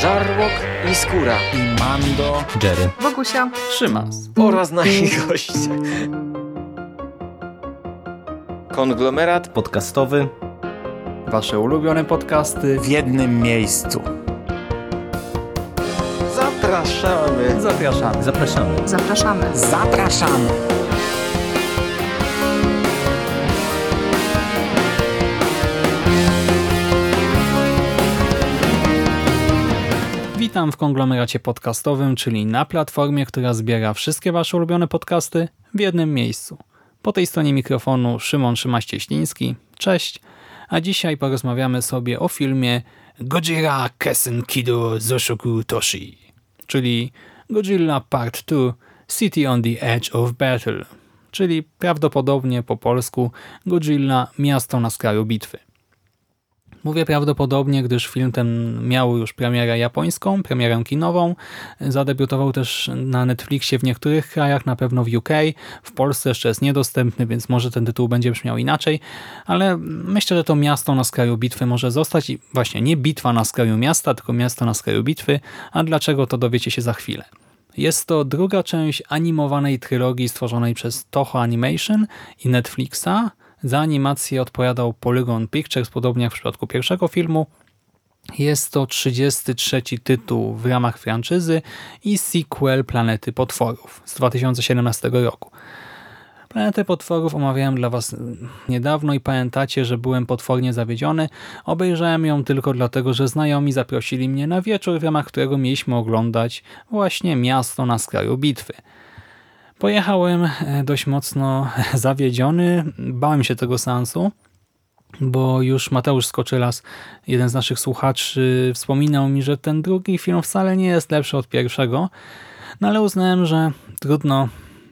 Żarłok i Skóra i Mando, Jerry, Wokusia, Szymas oraz nasi goście. Konglomerat podcastowy. Wasze ulubione podcasty w jednym miejscu. Zapraszamy. Zapraszamy. Zapraszamy. zapraszamy. Zapraszamy. Witam w konglomeracie podcastowym, czyli na platformie, która zbiera wszystkie wasze ulubione podcasty w jednym miejscu. Po tej stronie mikrofonu Szymon Szymaś-Cieśliński. Cześć. A dzisiaj porozmawiamy sobie o filmie Gojira Kessen Kido Zoshoku Toshi, czyli Godzilla Part 2 City on the Edge of Battle, czyli prawdopodobnie po polsku Godzilla Miasto na skraju bitwy. Mówię prawdopodobnie, gdyż film ten miał już premierę japońską, premierę kinową. Zadebiutował też na Netflixie w niektórych krajach, na pewno w UK. W Polsce jeszcze jest niedostępny, więc może ten tytuł będzie brzmiał inaczej. Ale myślę, że to Miasto na skraju bitwy może zostać. I właśnie nie bitwa na skraju miasta, tylko Miasto na skraju bitwy. A dlaczego, to dowiecie się za chwilę. Jest to druga część animowanej trylogii stworzonej przez Toho Animation i Netflixa. Za animację odpowiadał Polygon Pictures, podobnie jak w przypadku pierwszego filmu. Jest to 33. tytuł w ramach franczyzy i sequel Planety Potworów z 2017 roku. Planetę Potworów omawiałem dla was niedawno i pamiętacie, że byłem potwornie zawiedziony. Obejrzałem ją tylko dlatego, że znajomi zaprosili mnie na wieczór, w ramach którego mieliśmy oglądać właśnie Miasto na skraju bitwy. Pojechałem dość mocno zawiedziony, bałem się tego seansu, bo już Mateusz Skoczylas, jeden z naszych słuchaczy, wspominał mi, że ten drugi film wcale nie jest lepszy od pierwszego, no ale uznałem, że trudno,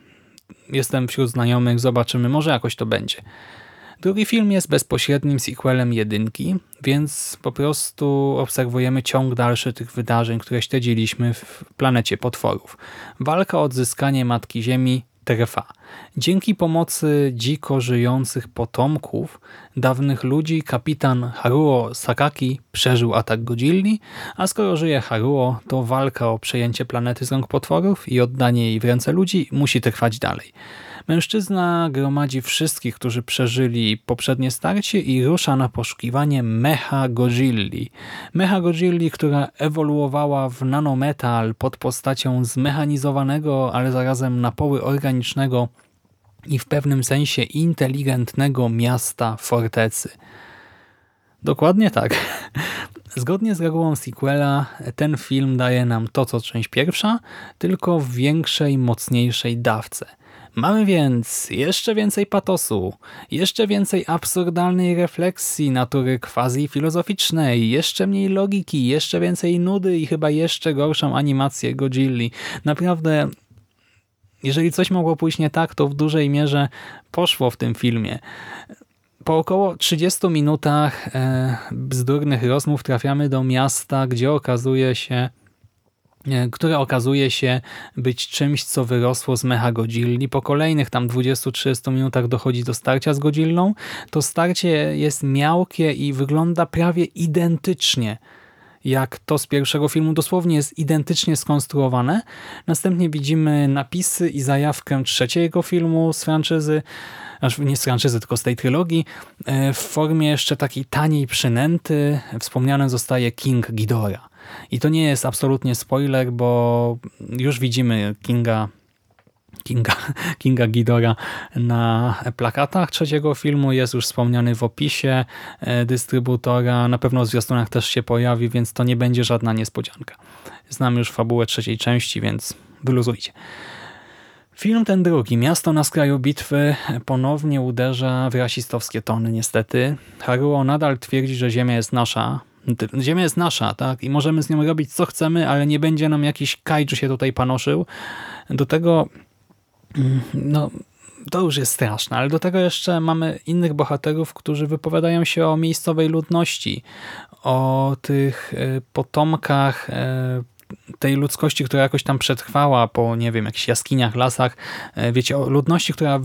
jestem wśród znajomych, zobaczymy, może jakoś to będzie. Drugi film jest bezpośrednim sequelem jedynki, więc po prostu obserwujemy ciąg dalszy tych wydarzeń, które śledziliśmy w Planecie Potworów. Walka o odzyskanie Matki Ziemi trwa. Dzięki pomocy dziko żyjących potomków dawnych ludzi kapitan Haruo Sakaki przeżył atak Godzilli, a skoro żyje Haruo, to walka o przejęcie planety z rąk potworów i oddanie jej w ręce ludzi musi trwać dalej. Mężczyzna gromadzi wszystkich, którzy przeżyli poprzednie starcie i rusza na poszukiwanie Mecha Godzilli. Mecha Godzilli, która ewoluowała w nanometal pod postacią zmechanizowanego, ale zarazem na poły organicznego i w pewnym sensie inteligentnego miasta fortecy. Dokładnie tak. Zgodnie z regułą sequela ten film daje nam to, co część pierwsza, tylko w większej, mocniejszej dawce. Mamy więc jeszcze więcej patosu, jeszcze więcej absurdalnej refleksji natury quasi-filozoficznej, jeszcze mniej logiki, jeszcze więcej nudy i chyba jeszcze gorszą animację Godzilli. Naprawdę, jeżeli coś mogło pójść nie tak, to w dużej mierze poszło w tym filmie. Po około 30 minutach bzdurnych rozmów trafiamy do miasta, które okazuje się być czymś, co wyrosło z Mecha Godzilli. Po kolejnych tam 20-30 minutach dochodzi do starcia z Godzillą. To starcie jest miałkie i wygląda prawie identycznie jak to z pierwszego filmu, dosłownie jest identycznie skonstruowane. Następnie widzimy napisy i zajawkę trzeciego filmu z franczyzy, nie z franczyzy, tylko z tej trylogii, w formie jeszcze takiej taniej przynęty. Wspomniany zostaje King Ghidorah. I to nie jest absolutnie spoiler, bo już widzimy Kinga Ghidorah na plakatach trzeciego filmu, jest już wspomniany w opisie dystrybutora, na pewno w zwiastunach też się pojawi, więc to nie będzie żadna niespodzianka. Znam już fabułę trzeciej części, więc wyluzujcie. Film ten drugi, Miasto na skraju bitwy, ponownie uderza w rasistowskie tony niestety. Haruo nadal twierdzi, że Ziemia jest nasza. Ziemia jest nasza, tak? I możemy z nią robić co chcemy, ale nie będzie nam jakiś kaiju się tutaj panoszył. Do tego to już jest straszne, ale do tego jeszcze mamy innych bohaterów, którzy wypowiadają się o miejscowej ludności, o tych potomkach tej ludzkości, która jakoś tam przetrwała po, nie wiem, jakichś jaskiniach, lasach. Wiecie, o ludności, która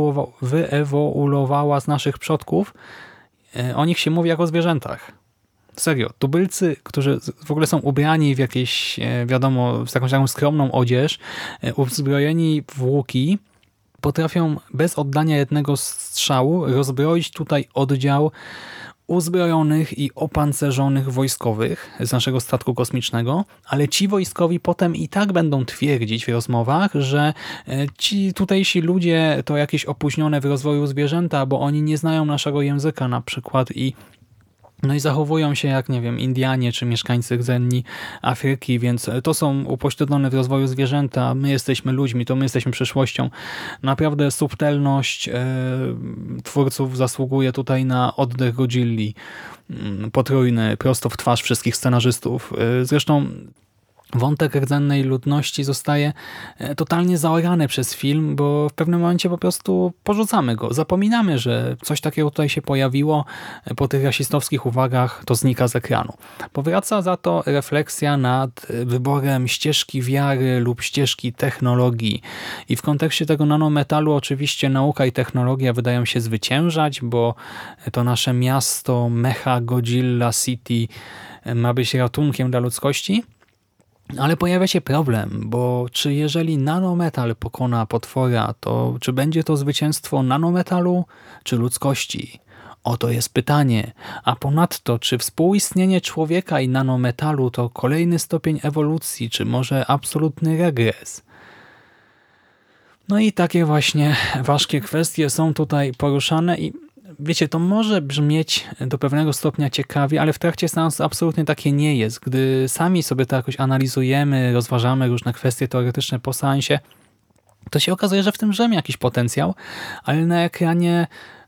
wyewoluowała z naszych przodków. O nich się mówi jako o zwierzętach. serio, tubylcy, którzy w ogóle są ubrani w jakieś, wiadomo, z jakąś taką skromną odzież, uzbrojeni w łuki, potrafią bez oddania jednego strzału rozbroić tutaj oddział uzbrojonych i opancerzonych wojskowych z naszego statku kosmicznego, ale ci wojskowi potem i tak będą twierdzić w rozmowach, że ci tutejsi ludzie to jakieś opóźnione w rozwoju zwierzęta, bo oni nie znają naszego języka na przykład i zachowują się jak, nie wiem, Indianie czy mieszkańcy rdzenni Afryki, więc to są upośledzone w rozwoju zwierzęta, my jesteśmy ludźmi, to my jesteśmy przyszłością. Naprawdę subtelność twórców zasługuje tutaj na oddech Godzilli. Potrójny, prosto w twarz wszystkich scenarzystów. Zresztą wątek rdzennej ludności zostaje totalnie zaorany przez film, bo w pewnym momencie po prostu porzucamy go. Zapominamy, że coś takiego tutaj się pojawiło. Po tych rasistowskich uwagach to znika z ekranu. Powraca za to refleksja nad wyborem ścieżki wiary lub ścieżki technologii. I w kontekście tego nanometalu oczywiście nauka i technologia wydają się zwyciężać, bo to nasze miasto Mecha Godzilla City ma być ratunkiem dla ludzkości. Ale pojawia się problem, bo czy jeżeli nanometal pokona potwora, to czy będzie to zwycięstwo nanometalu czy ludzkości? Oto jest pytanie. A ponadto, czy współistnienie człowieka i nanometalu to kolejny stopień ewolucji, czy może absolutny regres? No i takie właśnie ważkie kwestie są tutaj poruszane i wiecie, to może brzmieć do pewnego stopnia ciekawie, ale w trakcie seansu absolutnie takie nie jest. Gdy sami sobie to jakoś analizujemy, rozważamy różne kwestie teoretyczne po seansie, to się okazuje, że w tym drzemie jakiś potencjał, ale na ekranie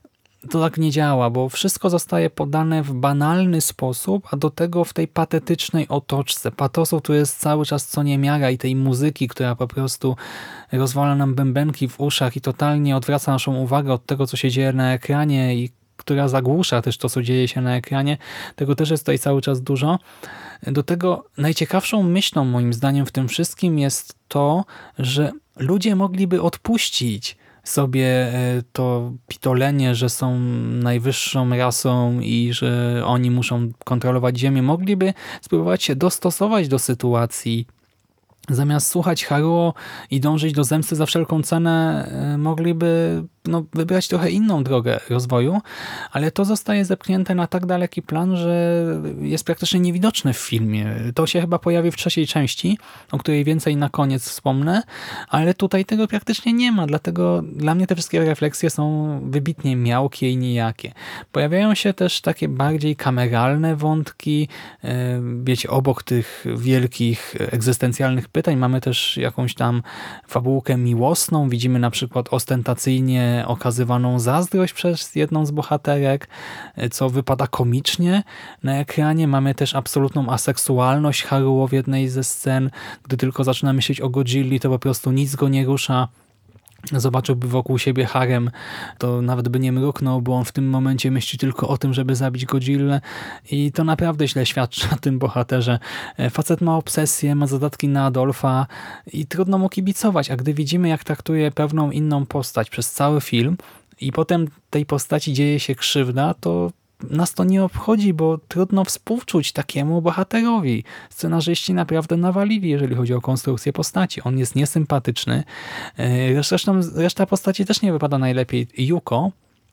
to tak nie działa, bo wszystko zostaje podane w banalny sposób, a do tego w tej patetycznej otoczce. Patosu tu jest cały czas co niemiara i tej muzyki, która po prostu rozwala nam bębenki w uszach i totalnie odwraca naszą uwagę od tego, co się dzieje na ekranie i która zagłusza też to, co dzieje się na ekranie. Tego też jest tutaj cały czas dużo. Do tego najciekawszą myślą moim zdaniem w tym wszystkim jest to, że ludzie mogliby odpuścić sobie to pitolenie, że są najwyższą rasą i że oni muszą kontrolować Ziemię. Mogliby spróbować się dostosować do sytuacji. Zamiast słuchać Haruo i dążyć do zemsty za wszelką cenę, mogliby wybrać trochę inną drogę rozwoju, ale to zostaje zepchnięte na tak daleki plan, że jest praktycznie niewidoczne w filmie. To się chyba pojawi w trzeciej części, o której więcej na koniec wspomnę, ale tutaj tego praktycznie nie ma, dlatego dla mnie te wszystkie refleksje są wybitnie miałkie i nijakie. Pojawiają się też takie bardziej kameralne wątki, wiecie, obok tych wielkich egzystencjalnych pytań mamy też jakąś tam fabułkę miłosną, widzimy na przykład ostentacyjnie okazywaną zazdrość przez jedną z bohaterek, co wypada komicznie na ekranie. Mamy też absolutną aseksualność Haruo w jednej ze scen. Gdy tylko zaczyna myśleć o Godzilli, to po prostu nic go nie rusza. Zobaczyłby wokół siebie harem, to nawet by nie mruknął, bo on w tym momencie myśli tylko o tym, żeby zabić Godzillę i to naprawdę źle świadczy o tym bohaterze. Facet ma obsesję, ma zadatki na Adolfa i trudno mu kibicować, a gdy widzimy, jak traktuje pewną inną postać przez cały film i potem tej postaci dzieje się krzywda, to nas to nie obchodzi, bo trudno współczuć takiemu bohaterowi. Scenarzyści naprawdę nawalili, jeżeli chodzi o konstrukcję postaci. On jest niesympatyczny. Zresztą reszta postaci też nie wypada najlepiej. Yuko,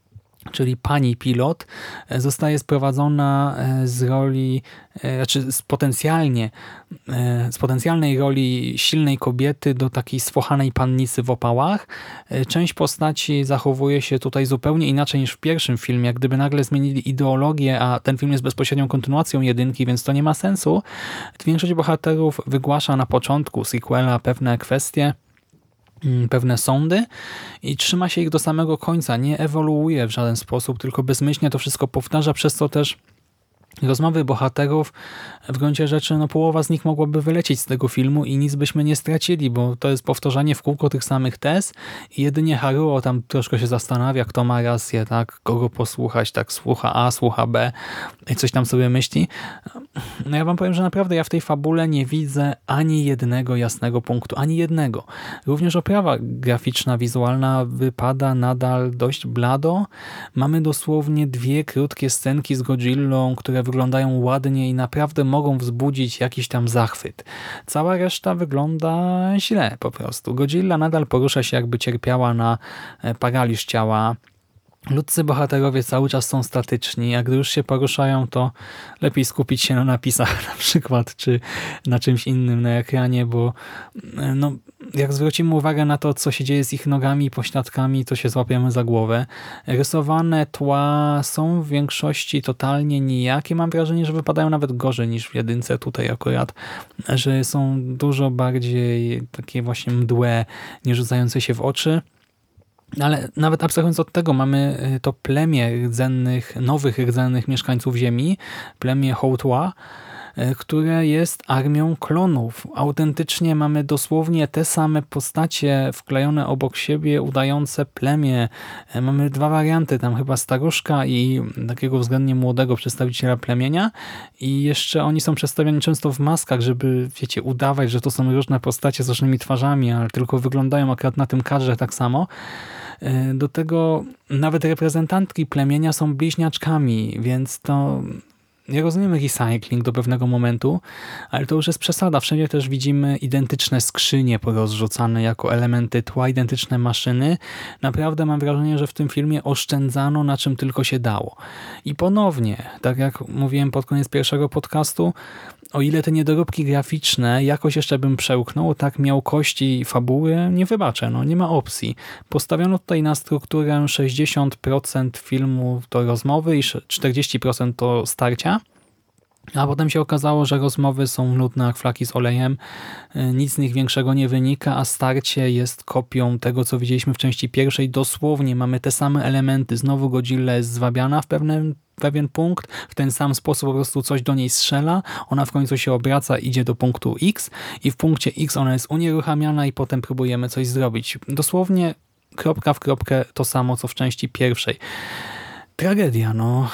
czyli pani pilot, zostaje sprowadzona z roli, z potencjalnej roli silnej kobiety do takiej sfochanej pannicy w opałach. Część postaci zachowuje się tutaj zupełnie inaczej niż w pierwszym filmie, jak gdyby nagle zmienili ideologię, a ten film jest bezpośrednią kontynuacją jedynki, więc to nie ma sensu. Większość bohaterów wygłasza na początku sequela pewne kwestie, pewne sądy i trzyma się ich do samego końca, nie ewoluuje w żaden sposób, tylko bezmyślnie to wszystko powtarza, przez co też rozmowy bohaterów w gruncie rzeczy połowa z nich mogłaby wylecieć z tego filmu i nic byśmy nie stracili, bo to jest powtarzanie w kółko tych samych tez i jedynie Haruo tam troszkę się zastanawia, kto ma rację, tak, kogo posłuchać, tak, słucha A, słucha B i coś tam sobie myśli. No ja wam powiem, że naprawdę ja w tej fabule nie widzę ani jednego jasnego punktu, ani jednego. Również oprawa graficzna, wizualna wypada nadal dość blado. Mamy dosłownie 2 krótkie scenki z Godzillą, które które wyglądają ładnie i naprawdę mogą wzbudzić jakiś tam zachwyt. Cała reszta wygląda źle po prostu. Godzilla nadal porusza się, jakby cierpiała na paraliż ciała. Ludzcy bohaterowie cały czas są statyczni, a gdy już się poruszają, to lepiej skupić się na napisach na przykład, czy na czymś innym na ekranie, bo no, jak zwrócimy uwagę na to, co się dzieje z ich nogami i pośladkami, to się złapiemy za głowę. Rysowane tła są w większości totalnie nijakie. Mam wrażenie, że wypadają nawet gorzej niż w jedynce tutaj akurat, że są dużo bardziej takie właśnie mdłe, nie rzucające się w oczy. Ale nawet abstrahując od tego, mamy to plemię rdzennych, nowych rdzennych mieszkańców Ziemi, plemię Hołtła, które jest armią klonów. Autentycznie mamy dosłownie te same postacie wklejone obok siebie, udające plemię. Mamy dwa warianty, tam chyba staruszka i takiego względnie młodego przedstawiciela plemienia i jeszcze oni są przedstawiani często w maskach, żeby, wiecie, udawać, że to są różne postacie z różnymi twarzami, ale tylko wyglądają akurat na tym kadrze tak samo. Do tego nawet reprezentantki plemienia są bliźniaczkami, więc to... Ja rozumiem recycling do pewnego momentu, ale to już jest przesada. Wszędzie też widzimy identyczne skrzynie porozrzucane jako elementy tła, identyczne maszyny. Naprawdę mam wrażenie, że w tym filmie oszczędzano na czym tylko się dało. I ponownie, tak jak mówiłem pod koniec pierwszego podcastu, o ile te niedorobki graficzne jakoś jeszcze bym przełknął, tak miałkości fabuły nie wybaczę, no nie ma opcji. Postawiono tutaj na strukturę 60% filmu to rozmowy i 40% to starcia, a potem się okazało, że rozmowy są nudne jak flaki z olejem, nic z nich większego nie wynika, a starcie jest kopią tego, co widzieliśmy w części pierwszej. Dosłownie mamy te same elementy, znowu Godzilla jest zwabiana w pewien punkt, w ten sam sposób po prostu coś do niej strzela, ona w końcu się obraca, idzie do punktu X i w punkcie X ona jest unieruchamiana i potem próbujemy coś zrobić. Dosłownie kropka w kropkę to samo, co w części pierwszej. Tragedia, no...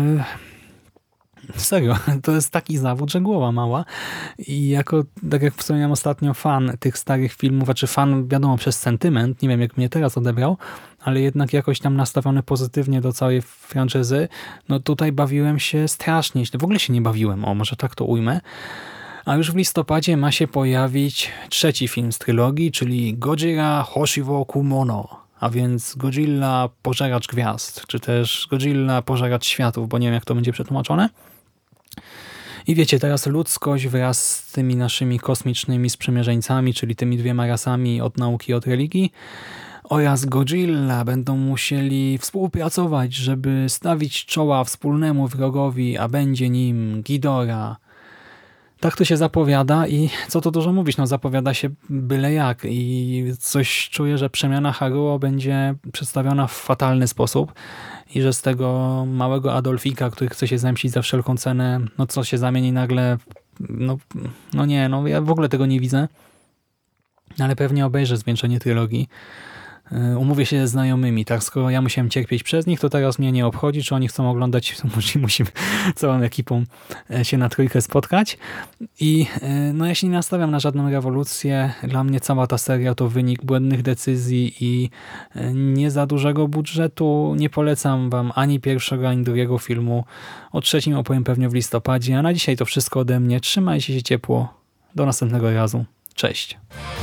Serio, to jest taki zawód, że głowa mała i jako, tak jak wspomniałem ostatnio, fan tych starych filmów, znaczy fan wiadomo przez sentyment, nie wiem jak mnie teraz odebrał, ale jednak jakoś tam nastawiony pozytywnie do całej franczyzy, no tutaj bawiłem się strasznie źle. W ogóle się nie bawiłem, może tak to ujmę. A już w listopadzie ma się pojawić trzeci film z trylogii, czyli Godzilla Hoshiwo Kumono. A więc Godzilla Pożeracz Gwiazd, czy też Godzilla Pożeracz Światów, bo nie wiem jak to będzie przetłumaczone. I wiecie, teraz ludzkość wraz z tymi naszymi kosmicznymi sprzymierzeńcami, czyli tymi dwiema rasami od nauki, od religii, oraz Godzilla będą musieli współpracować, żeby stawić czoła wspólnemu wrogowi, a będzie nim Ghidorah. Tak to się zapowiada i co to dużo mówić, no zapowiada się byle jak i coś czuję, że przemiana Haruo będzie przedstawiona w fatalny sposób i że z tego małego Adolfika, który chce się zemścić za wszelką cenę, no co się zamieni nagle, no nie, no ja w ogóle tego nie widzę, ale pewnie obejrzę zwieńczenie trylogii. Umówię się ze znajomymi, tak? Skoro ja musiałem cierpieć przez nich, to teraz mnie nie obchodzi, czy oni chcą oglądać, musimy całą ekipą się na trójkę spotkać. I no ja się nie nastawiam na żadną rewolucję. Dla mnie cała ta seria to wynik błędnych decyzji i nie za dużego budżetu. Nie polecam wam ani pierwszego, ani drugiego filmu. O trzecim opowiem pewnie w listopadzie, a na dzisiaj to wszystko ode mnie. Trzymajcie się ciepło. Do następnego razu. Cześć.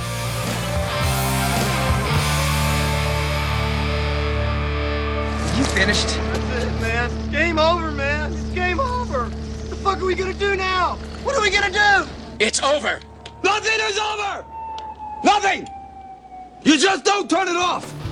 You finished? That's it, man. It's game over, man. It's game over. What the fuck are we gonna do now? What are we gonna do? It's over! Nothing is over! Nothing! You just don't turn it off!